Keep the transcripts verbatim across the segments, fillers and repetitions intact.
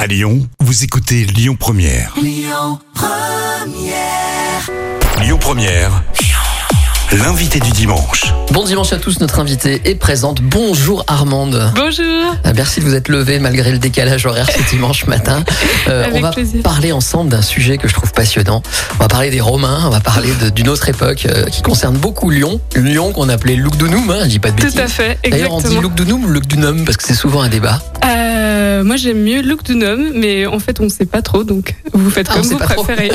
À Lyon, vous écoutez Lyon Première. Lyon Première. Lyon Première, l'invité du dimanche. Bon dimanche à tous, notre invitée est présente. Bonjour Armande. Bonjour. Merci de vous être levée malgré le décalage horaire ce dimanche matin. Euh, Avec on va plaisir. parler ensemble d'un sujet que je trouve passionnant. On va parler des Romains, on va parler de- d'une autre époque euh, qui concerne beaucoup Lyon. Lyon qu'on appelait Lugdunum, hein, je dis pas de Tout bêtises. à fait, D'ailleurs on dit exactement. Lugdunum ou Lugdunum parce que c'est souvent un débat. Euh, moi j'aime mieux Lugdunum, mais en fait on ne sait pas trop, donc vous faites Ah, on comme sait vous pas trop. préférez.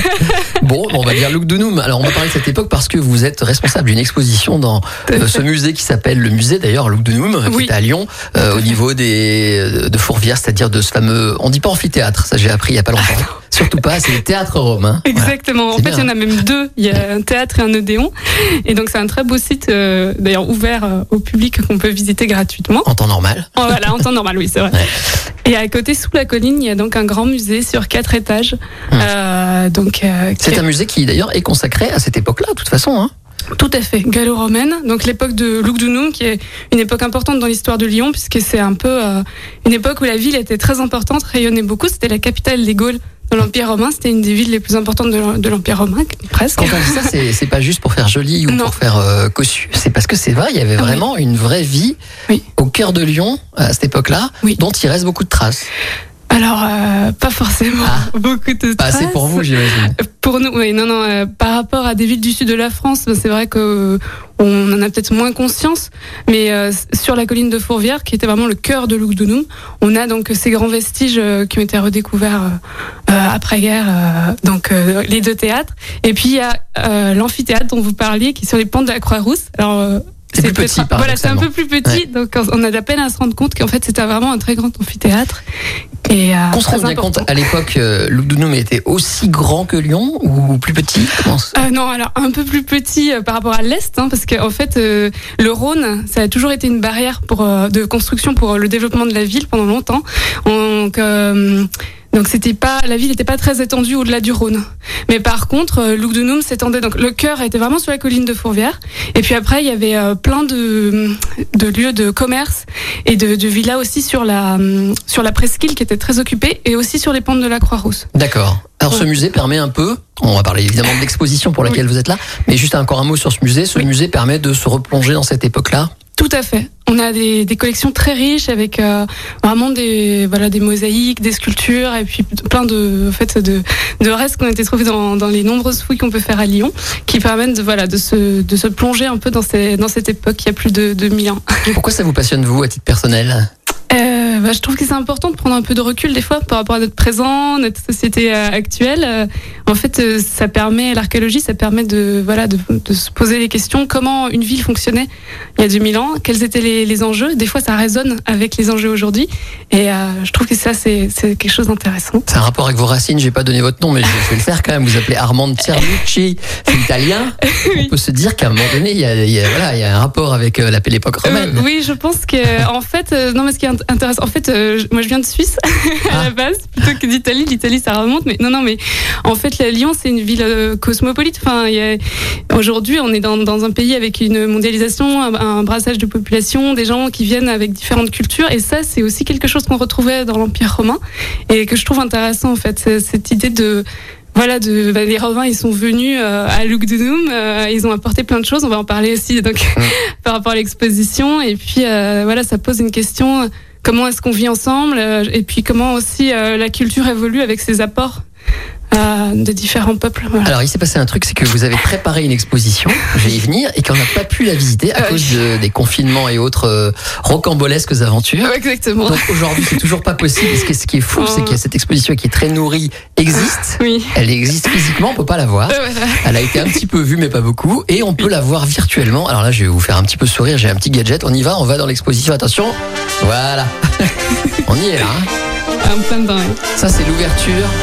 Bon, on va dire Lugdunum. Alors on va parler de cette époque parce que vous êtes responsable d'une exposition dans euh, ce musée qui s'appelle le musée d'ailleurs Lugdunum, qui Oui. est à Lyon, euh, au niveau des de Fourvière, c'est-à-dire de ce fameux, on dit pas amphithéâtre, ça j'ai appris il y a pas longtemps. Surtout pas, c'est le théâtre romain. Exactement. En C'est fait, bien. il y en a même deux. Il y a un théâtre et un Odéon. Et donc, c'est un très beau site, euh, d'ailleurs ouvert euh, au public qu'on peut visiter gratuitement. En temps normal. Oh, voilà, en temps normal, oui, c'est vrai. Ouais. Et à côté, sous la colline, il y a donc un grand musée sur quatre étages. Hum. Euh, donc, euh, qui C'est est- un musée qui d'ailleurs est consacré à cette époque-là, de toute façon. Hein. Tout à fait, gallo-romaine. Donc l'époque de Lugdunum, qui est une époque importante dans l'histoire de Lyon, puisque c'est un peu euh, une époque où la ville était très importante, rayonnait beaucoup. C'était la capitale des Gaules de l'Empire romain. C'était une des villes les plus importantes de l'Em- de l'Empire romain, presque. Quand on dit ça, c'est, c'est pas juste pour faire joli ou Non. pour faire euh, cossu. C'est parce que c'est vrai, il y avait Ah oui. vraiment une vraie vie Oui. au cœur de Lyon à cette époque-là, Oui. dont il reste beaucoup de traces. Alors, euh, pas forcément Ah. beaucoup de Pas assez traces. pour vous, j'imagine. Pour nous, oui, non, non. euh, par rapport à des villes du sud de la France, ben, c'est vrai que euh, on en a peut-être moins conscience, mais euh, sur la colline de Fourvière, qui était vraiment le cœur de Lugdunum, on a donc ces grands vestiges euh, qui ont été redécouverts euh, euh, après-guerre, euh, donc euh, les deux théâtres, et puis il y a euh, l'amphithéâtre dont vous parliez, qui est sur les pentes de la Croix-Rousse. Alors euh, C'est plus peut-être- petit, Voilà, c'est un paradoxalement. peu plus petit, donc on a à peine à se rendre compte qu'en fait c'était vraiment un très grand amphithéâtre. Et, euh, Qu'on se très rende bien important. compte, à l'époque, euh, Lugdunum était aussi grand que Lyon ou plus petit? Comment se- Euh, non, alors un peu plus petit euh, par rapport à l'Est, hein, parce qu'en en fait, euh, le Rhône, ça a toujours été une barrière pour, euh, de construction pour le développement de la ville pendant longtemps. Donc, euh, donc c'était pas, la ville n'était pas très étendue au-delà du Rhône. Mais par contre, euh, Lugdunum s'étendait. Donc le cœur était vraiment sur la colline de Fourvière. Et puis après, il y avait euh, plein de, de lieux de commerce et de, de villas aussi sur la, hum, sur la presqu'île qui était très occupée et aussi sur les pentes de la Croix-Rousse. D'accord. Alors ce Ouais. musée permet un peu, on va parler évidemment de l'exposition pour laquelle vous êtes là, mais juste encore un mot sur ce musée. Ce Oui. musée permet de se replonger dans cette époque-là. Tout à fait. On a des, des collections très riches avec euh, vraiment des voilà des mosaïques, des sculptures et puis plein de en fait de, de restes qui ont été trouvés dans, dans les nombreuses fouilles qu'on peut faire à Lyon, qui permettent de voilà de se de se plonger un peu dans ces, dans cette époque il y a plus de, de mille ans. Pourquoi ça vous passionne, vous, à titre personnel? Euh, bah, je trouve que c'est important de prendre un peu de recul des fois par rapport à notre présent, notre société euh, actuelle. Euh, en fait, euh, ça permet l'archéologie, ça permet de voilà de, de se poser les questions comment une ville fonctionnait il y a deux mille ans, quels étaient les, les enjeux. Des fois, ça résonne avec les enjeux aujourd'hui, et euh, je trouve que ça c'est c'est quelque chose d'intéressant. C'est un rapport avec vos racines, j'ai pas donné votre nom, mais je vais le faire quand même. Vous appelez Armande Cernucci, c'est italien. On peut se dire qu'à un moment donné, il y a, il y a- voilà, il y a un rapport avec euh, la- l'époque romaine. Euh, oui, je pense que en fait, euh, non, mais ce qui est int- intéressant, en fait, euh, je- moi je viens de Suisse à Ah. la base plutôt que d'Italie. L'Italie, ça remonte, mais non, non, mais en fait, la Lyon, c'est une ville euh, cosmopolite. Enfin, il y a- aujourd'hui, on est dans, dans un pays avec une mondialisation, un, un brassage de population, des gens qui viennent avec différentes cultures, et ça, c'est aussi quelque chose qu'on retrouvait dans l'Empire romain et que je trouve intéressant en fait, c'est- cette idée de voilà, de, bah, les Romains, ils sont venus euh, à Lugdunum, euh, ils ont apporté plein de choses. On va en parler aussi donc par rapport à l'exposition. Et puis euh, voilà, ça pose une question euh, comment est-ce qu'on vit ensemble, euh, et puis comment aussi euh, la culture évolue avec ses apports euh, de différents peuples. Voilà. Alors, il s'est passé un truc, c'est que vous avez préparé une exposition, je vais y venir, et qu'on n'a pas pu la visiter à Euh, cause de- des confinements et autres euh, rocambolesques aventures. Ouais, exactement. Donc aujourd'hui, c'est toujours pas possible. Ce qui est, ce qui est fou, c'est que cette exposition qui est très nourrie existe. Oui. Elle existe physiquement, on peut pas la voir. Euh, voilà. Elle a été un petit peu vue, mais pas beaucoup. Et on peut la voir virtuellement. Alors là, je vais vous faire un petit peu sourire. J'ai un petit gadget. On y va, on va dans l'exposition. Attention. Voilà. On y est là. hein. Un plein dedans, ouais. Ça, c'est l'ouverture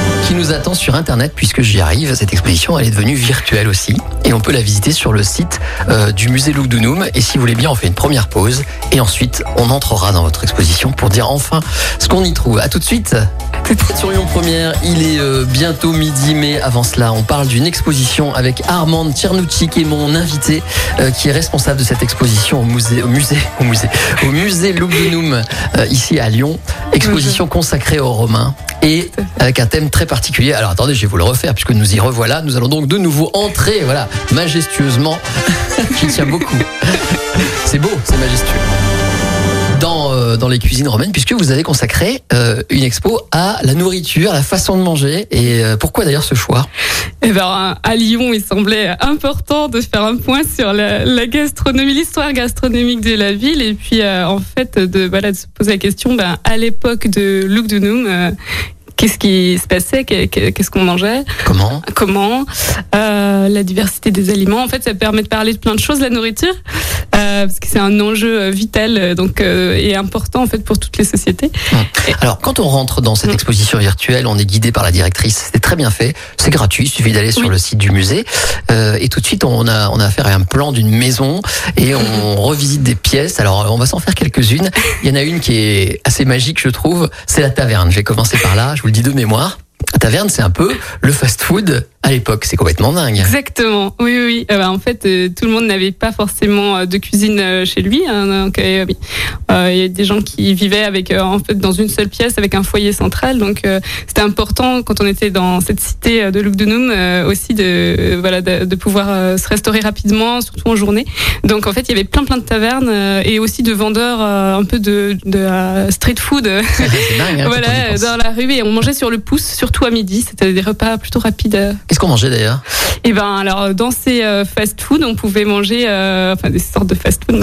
qui nous attend sur Internet, puisque j'y arrive. Cette exposition, elle est devenue virtuelle aussi. Et on peut la visiter sur le site euh, du musée Lugdunum. Et si vous voulez bien, on fait une première pause. Et ensuite, on entrera dans votre exposition pour dire enfin ce qu'on y trouve. À tout de suite. Sur Lyon Première, il est euh, bientôt midi, mais avant cela, on parle d'une exposition avec Armande Cernoucci, qui est mon invité, euh, qui est responsable de cette exposition au musée, au musée, au musée, au musée Lugdunum, euh, ici à Lyon. Exposition consacrée aux Romains et avec un thème très particulier. Alors attendez, je vais vous le refaire puisque nous y revoilà. Nous allons donc de nouveau entrer, voilà, majestueusement. J'y tiens beaucoup. C'est beau, c'est majestueux. Dans, euh, dans les cuisines romaines, puisque vous avez consacré euh, une expo à la nourriture, à la façon de manger. Et euh, pourquoi d'ailleurs ce choix ? Eh ben, à Lyon, il semblait important de faire un point sur la, la gastronomie, l'histoire gastronomique de la ville. Et puis, euh, en fait, de, voilà, de se poser la question, ben, à l'époque de Lugdunum, euh, qu'est-ce qui se passait, qu'est-ce qu'on mangeait, comment, comment, euh, la diversité des aliments. En fait, ça permet de parler de plein de choses, la nourriture, euh, parce que c'est un enjeu vital, donc euh, et important en fait pour toutes les sociétés. Hum. Alors, quand on rentre dans cette exposition virtuelle, on est guidé par la directrice. C'est très bien fait, c'est gratuit. Il suffit d'aller sur oui. le site du musée euh, et tout de suite on a on a affaire à un plan d'une maison et on revisite des pièces. Alors, on va s'en faire quelques-unes. Il y en a une qui est assez magique, je trouve. C'est la taverne. Je vais commencer par là. Je vous le dis de mémoire. La taverne, c'est un peu le fast-food à l'époque. C'est complètement dingue. Exactement. Oui, oui. oui. Euh, bah, en fait, euh, tout le monde n'avait pas forcément de cuisine euh, chez lui. Hein, donc, euh, oui. euh, il y a des gens qui vivaient avec, euh, en fait, dans une seule pièce avec un foyer central. Donc, euh, c'était important quand on était dans cette cité de Lugdunum euh, aussi de, euh, voilà, de, de pouvoir euh, se restaurer rapidement, surtout en journée. Donc, en fait, il y avait plein, plein de tavernes euh, et aussi de vendeurs euh, un peu de, de uh, street food. C'est dingue. Hein, voilà, dans la rue et on mangeait sur le pouce, surtout à midi. C'était des repas plutôt rapides. Qu'est-ce qu'on mangeait d'ailleurs ? Eh ben, alors dans ces euh, fast-food, on pouvait manger, euh, enfin des sortes de fast-food,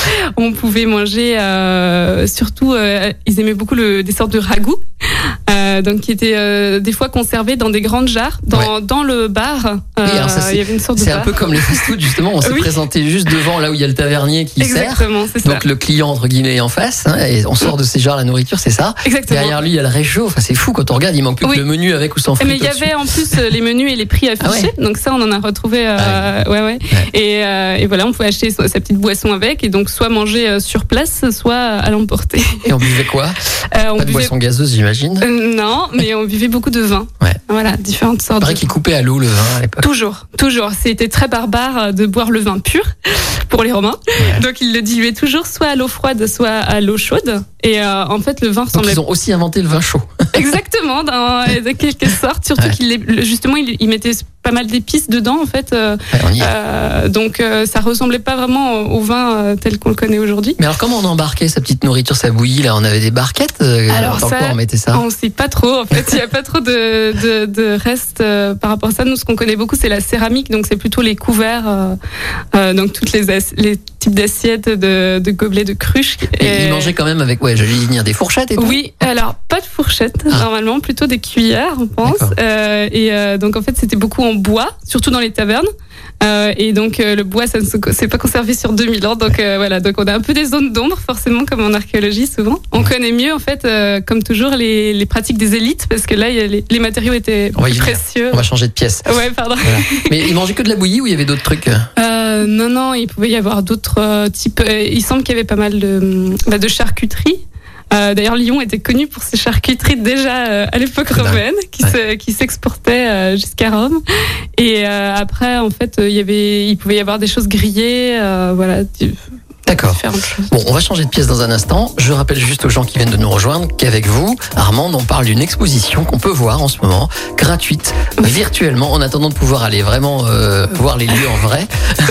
on pouvait manger euh, surtout, euh, ils aimaient beaucoup le, des sortes de ragoûts, euh, donc qui étaient euh, des fois conservés dans des grandes jarres, dans, ouais. dans le bar. Euh, oui, alors ça, il y avait une sorte de c'est bar. un peu comme les fast-food justement. On s'est oui. présenté juste devant là où il y a le tavernier qui Exactement, sert. C'est ça. Donc le client entre guillemets est en face, hein, et on sort de ces jarres la nourriture, c'est ça. Exactement. Derrière lui il y a le réchaud. Enfin c'est fou quand on regarde, il manque plus oui. que le menu avec ou sans frites. Mais il y avait en plus les menus et les prix affichés. Ah ouais. Donc ça on en a retrouvé. Euh, ah ouais. Ouais, ouais. ouais. Et, euh, et voilà, on pouvait acheter sa petite boisson avec, et donc soit manger sur place, soit à l'emporter. Et on buvait quoi ? euh, on Pas de buvait... boisson gazeuse, j'imagine. Euh, non, mais on buvait beaucoup de vin. Ouais. Voilà, différentes sortes. Il paraît de... qu'ils coupaient à l'eau le vin à l'époque. Toujours, toujours. C'était très barbare de boire le vin pur pour les Romains. Ouais. Donc ils le diluaient toujours, soit à l'eau froide, soit à l'eau chaude. Et euh, en fait, le vin ressemblait. Donc ils ont aussi inventé le vin chaud. Exactement, dans, de quelque sorte. Surtout ouais. qu'il justement, il, il mettait pas mal d'épices dedans, en fait. Euh, ouais, on y est. Euh, donc euh, ça ressemblait pas vraiment au vin euh, tel qu'on le connaît aujourd'hui. Mais alors comment on embarquait sa petite nourriture, ça bouillit là ? On avait des barquettes euh, alors dans ça, quoi on mettait ça ? On sait pas trop. En fait, il y a pas trop de, de, de reste euh, par rapport à ça. Nous, ce qu'on connaît beaucoup, c'est la céramique. Donc c'est plutôt les couverts, euh, euh, donc toutes les les types d'assiettes, de, de gobelets, de cruches. Et, et ils mangeaient quand même avec, ouais, j'allais y venir, des fourchettes et tout. Oui, alors pas de fourchettes ah. normalement, plutôt des cuillères, on pense. Euh, et euh, donc en fait, c'était beaucoup en bois, surtout dans les tavernes. Euh, et donc euh, le bois, ça ne s'est pas conservé sur deux mille ans. Donc euh, voilà, donc on a un peu des zones d'ombre forcément, comme en archéologie souvent. On ouais. connaît mieux en fait, euh, comme toujours, les, les pratiques des élites, parce que là, y a les, les matériaux étaient précieux. On va changer de pièce. Ouais, pardon. Voilà. Mais ils mangeaient que de la bouillie ou il y avait d'autres trucs ? euh, Non, non, il pouvait y avoir d'autres euh, types. Euh, il semble qu'il y avait pas mal de, bah, de charcuterie. Euh, d'ailleurs, Lyon était connu pour ses charcuteries déjà euh, à l'époque romaine, qui, ouais. se, qui s'exportaient euh, jusqu'à Rome. Et euh, après, en fait, il y avait, il pouvait y avoir des choses grillées, euh, voilà. Du, D'accord. Bon, on va changer de pièce dans un instant. Je rappelle juste aux gens qui viennent de nous rejoindre qu'avec vous, Armande, on parle d'une exposition qu'on peut voir en ce moment, gratuite, virtuellement, en attendant de pouvoir aller vraiment euh, voir les lieux en vrai,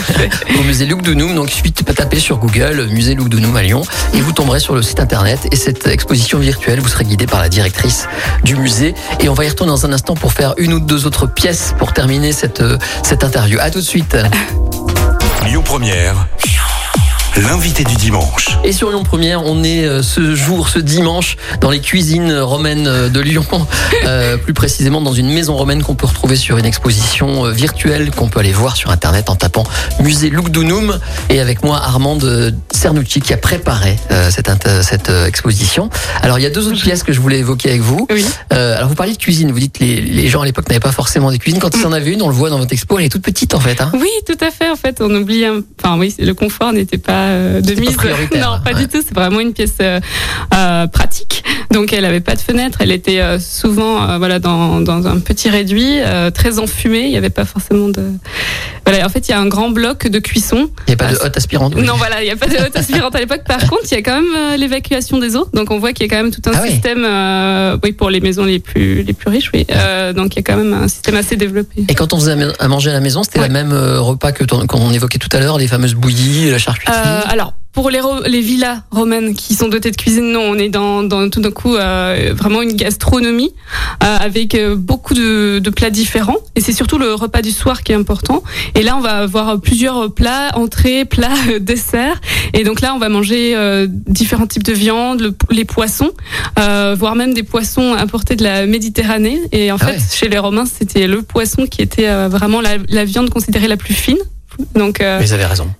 au musée Lugdunum. Donc, il suffit de taper sur Google, musée Lugdunum à Lyon, et vous tomberez sur le site internet. Et cette exposition virtuelle, vous serez guidé par la directrice du musée. Et on va y retourner dans un instant pour faire une ou deux autres pièces pour terminer cette, cette interview. À tout de suite. Lyon Première, l'invité du dimanche. Et sur Lyon Première, on est euh, ce jour, ce dimanche, dans les cuisines romaines de Lyon, euh, plus précisément dans une maison romaine qu'on peut retrouver sur une exposition euh, virtuelle qu'on peut aller voir sur internet en tapant Musée Lugdunum. Et avec moi, Armande Cernucci qui a préparé euh, cette, inter- cette euh, exposition. Alors il y a deux autres pièces que je voulais évoquer avec vous. Oui. Euh, alors vous parliez de cuisine, vous dites que les, les gens à l'époque n'avaient pas forcément des cuisines. Quand ils en avaient une, on le voit dans votre expo, elle est toute petite en fait. Hein. Oui, tout à fait. En fait, on oublie. Un... Enfin, oui, le confort n'était pas euh, de C'était mise. pas prioritaire. Non, pas Ouais. du tout. C'est vraiment une pièce euh, euh, pratique. Donc, elle avait pas de fenêtre. Elle était euh, souvent, euh, voilà, dans, dans un petit réduit, euh, très enfumé. Il y avait pas forcément de. Voilà. En fait, il y a un grand bloc de cuisson. Il n'y a pas Ah, de hotte aspirante. oui. Non, voilà, il n'y a pas de haute aspirante à l'époque. Par contre, il y a quand même euh, l'évacuation des eaux. Donc, on voit qu'il y a quand même tout un Ah oui. système, euh, oui, pour les maisons les plus les plus riches, oui. Euh, donc, il y a quand même un système assez développé. Et quand on faisait à manger à la maison, c'était Ouais. le même euh, repas que ton- qu'on évoquait tout à l'heure, les fameuses bouillies, la charcuterie. Euh, alors, pour les, ro- les villas romaines qui sont dotées de cuisine, non, on est dans, dans tout d'un coup euh, vraiment une gastronomie euh, avec euh, beaucoup de, de plats différents. Et c'est surtout le repas du soir qui est important. Et là, on va avoir plusieurs plats, entrées, plats, euh, desserts. Et donc là, on va manger euh, différents types de viande, le- les poissons, euh, voire même des poissons importés de la Méditerranée. Et en Ah fait, ouais. chez les Romains, c'était le poisson qui était euh, vraiment la, la viande considérée la plus fine. Donc, euh, Mais vous avez raison.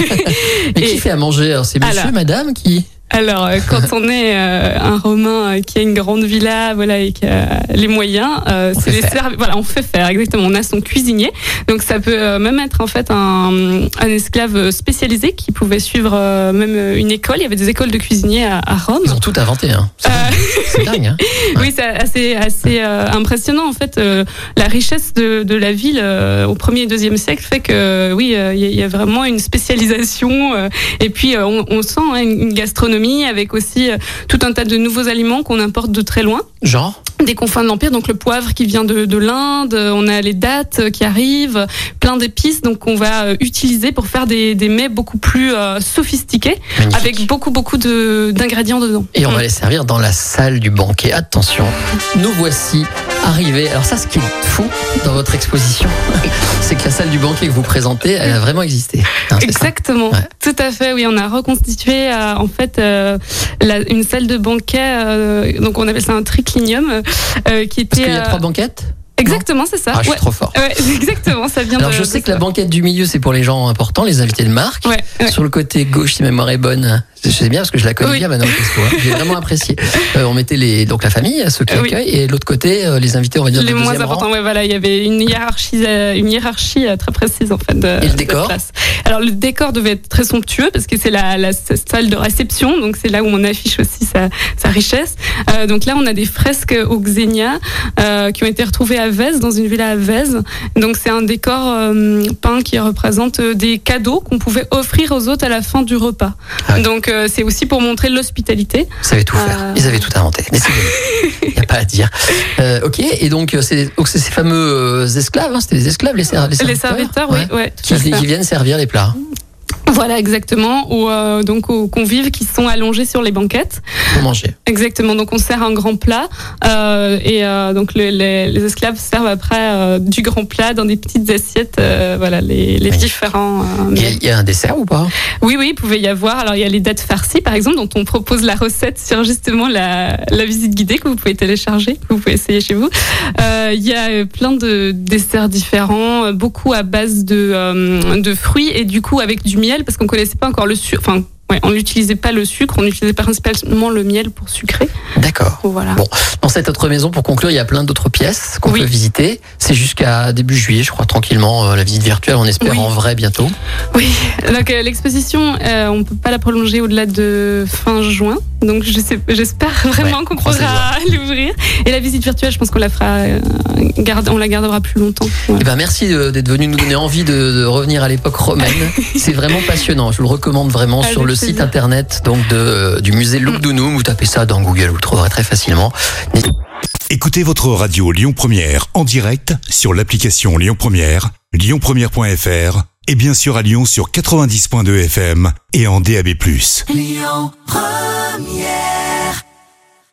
Mais qui et- fait à manger alors, c'est monsieur, Alors. madame qui Alors, euh, quand on est euh, un Romain euh, qui a une grande villa, voilà, et qui a les moyens, euh, On c'est fait les faire. servi- Voilà, on fait faire exactement. On a son cuisinier, donc ça peut euh, même être en fait un, un esclave spécialisé qui pouvait suivre euh, même une école. Il y avait des écoles de cuisiniers à, à Rome. Ils ont tout inventé. Hein. C'est, Euh, c'est dingue. Hein. Oui, c'est assez, assez euh, impressionnant en fait. Euh, la richesse de, de la ville euh, au premier et deuxième siècle fait que oui, euh, il y, a- il y a vraiment une spécialisation. euh, et puis euh, on, on sent hein, une une gastronomie avec aussi euh, tout un tas de nouveaux aliments qu'on importe de très loin. Genre Des confins de l'Empire, donc le poivre qui vient de, de l'Inde, on a les dattes qui arrivent, plein d'épices, donc on va euh, utiliser pour faire des, des mets beaucoup plus euh, sophistiqués, magnifique. avec beaucoup beaucoup de, d'ingrédients dedans. Et on va les servir dans la salle du banquet. Attention, nous voici arrivés. Alors ça, ce qui est fou dans votre exposition, c'est que la salle du banquet que vous présentez, elle a vraiment existé. Hein, c'est ça Exactement, Ouais. tout à fait. Oui, on a reconstitué euh, en fait euh, la- une salle de banquet, euh, donc on appelle ça un triclinium, euh, qui Parce était. qu'il y a euh, trois banquettes. Exactement, c'est ça. Ah, je suis Ouais. trop fort. Ouais, exactement, ça vient Alors de. je de sais que ça. la banquette du milieu, c'est pour les gens importants, les invités de marque. Ouais, ouais. Sur le côté gauche, si ma mémoire est bonne, je sais bien parce que je la connais Oui. bien maintenant. Expo, hein. J'ai vraiment apprécié. Euh, on mettait les, donc la famille, ceux qui Oui. accueillent, et de l'autre côté, euh, les invités, on va dire, Les de moins deuxième rang. importants, ouais, voilà, il y avait une hiérarchie, euh, une hiérarchie euh, très précise en fait. De, Et le de décor place. Alors le décor devait être très somptueux parce que c'est la, la salle de réception, donc c'est là où on affiche aussi sa, sa richesse. Euh, donc là, on a des fresques au Xenia euh, qui ont été retrouvées à Vèze, dans une villa à Vèze. Donc c'est un décor euh, peint qui représente euh, des cadeaux qu'on pouvait offrir aux hôtes à la fin du repas. Ah oui. Donc euh, c'est aussi pour montrer l'hospitalité. Ils savaient tout faire. Euh. Ils avaient tout inventé. Décidément. Il n'y a pas à dire. Euh, ok. Et donc, euh, c'est, donc c'est ces fameux euh, esclaves. Hein, c'était des esclaves, les, ser- les serviteurs. Les serviteurs, oui, ouais, tout Qui, à fait. qui viennent servir les plats Voilà, exactement. Ou euh, donc aux convives qui sont allongés sur les banquettes. pour manger. Exactement. Donc on sert un grand plat euh, et euh, donc le- les, les esclaves servent après euh, du grand plat dans des petites assiettes. euh, voilà, les, les Oui. différents. euh, Et mets. il y a un dessert ou pas? Oui, oui, il pouvait y avoir. Alors il y a les dattes farcies, par exemple, dont on propose la recette sur justement la, la visite guidée que vous pouvez télécharger, que vous pouvez essayer chez vous. Euh, il y a euh, plein de desserts différents, euh, beaucoup à base de, euh, de fruits et du coup avec du miel parce qu'on connaissait pas encore le sucre. Enfin, ouais, on n'utilisait pas le sucre, on utilisait principalement le miel pour sucrer. D'accord. Voilà. Bon, dans cette autre maison, pour conclure, il y a plein d'autres pièces qu'on Oui. peut visiter. C'est jusqu'à début juillet, je crois, tranquillement, euh, la visite virtuelle. On espère Oui. en vrai bientôt. Oui, donc euh, l'exposition, euh, on peut pas la prolonger au-delà de fin juin. Donc je sais, j'espère vraiment Ouais, qu'on on croise les pourra l'ouvrir. Et la visite virtuelle, je pense qu'on la fera, euh, garde, on la gardera plus longtemps. Voilà. Eh ben, merci de- d'être venu nous donner envie de, de revenir à l'époque romaine. C'est vraiment passionnant. Je vous le recommande vraiment Avec sur le plaisir. site internet donc de, du musée Lugdunum. Vous tapez ça dans Google, vous le trouverez très facilement. Écoutez votre radio Lyon Première en direct sur l'application Lyon Première, lyon première point f r et bien sûr à Lyon sur quatre-vingt-dix point deux F M et en D A B plus. Lyon Première.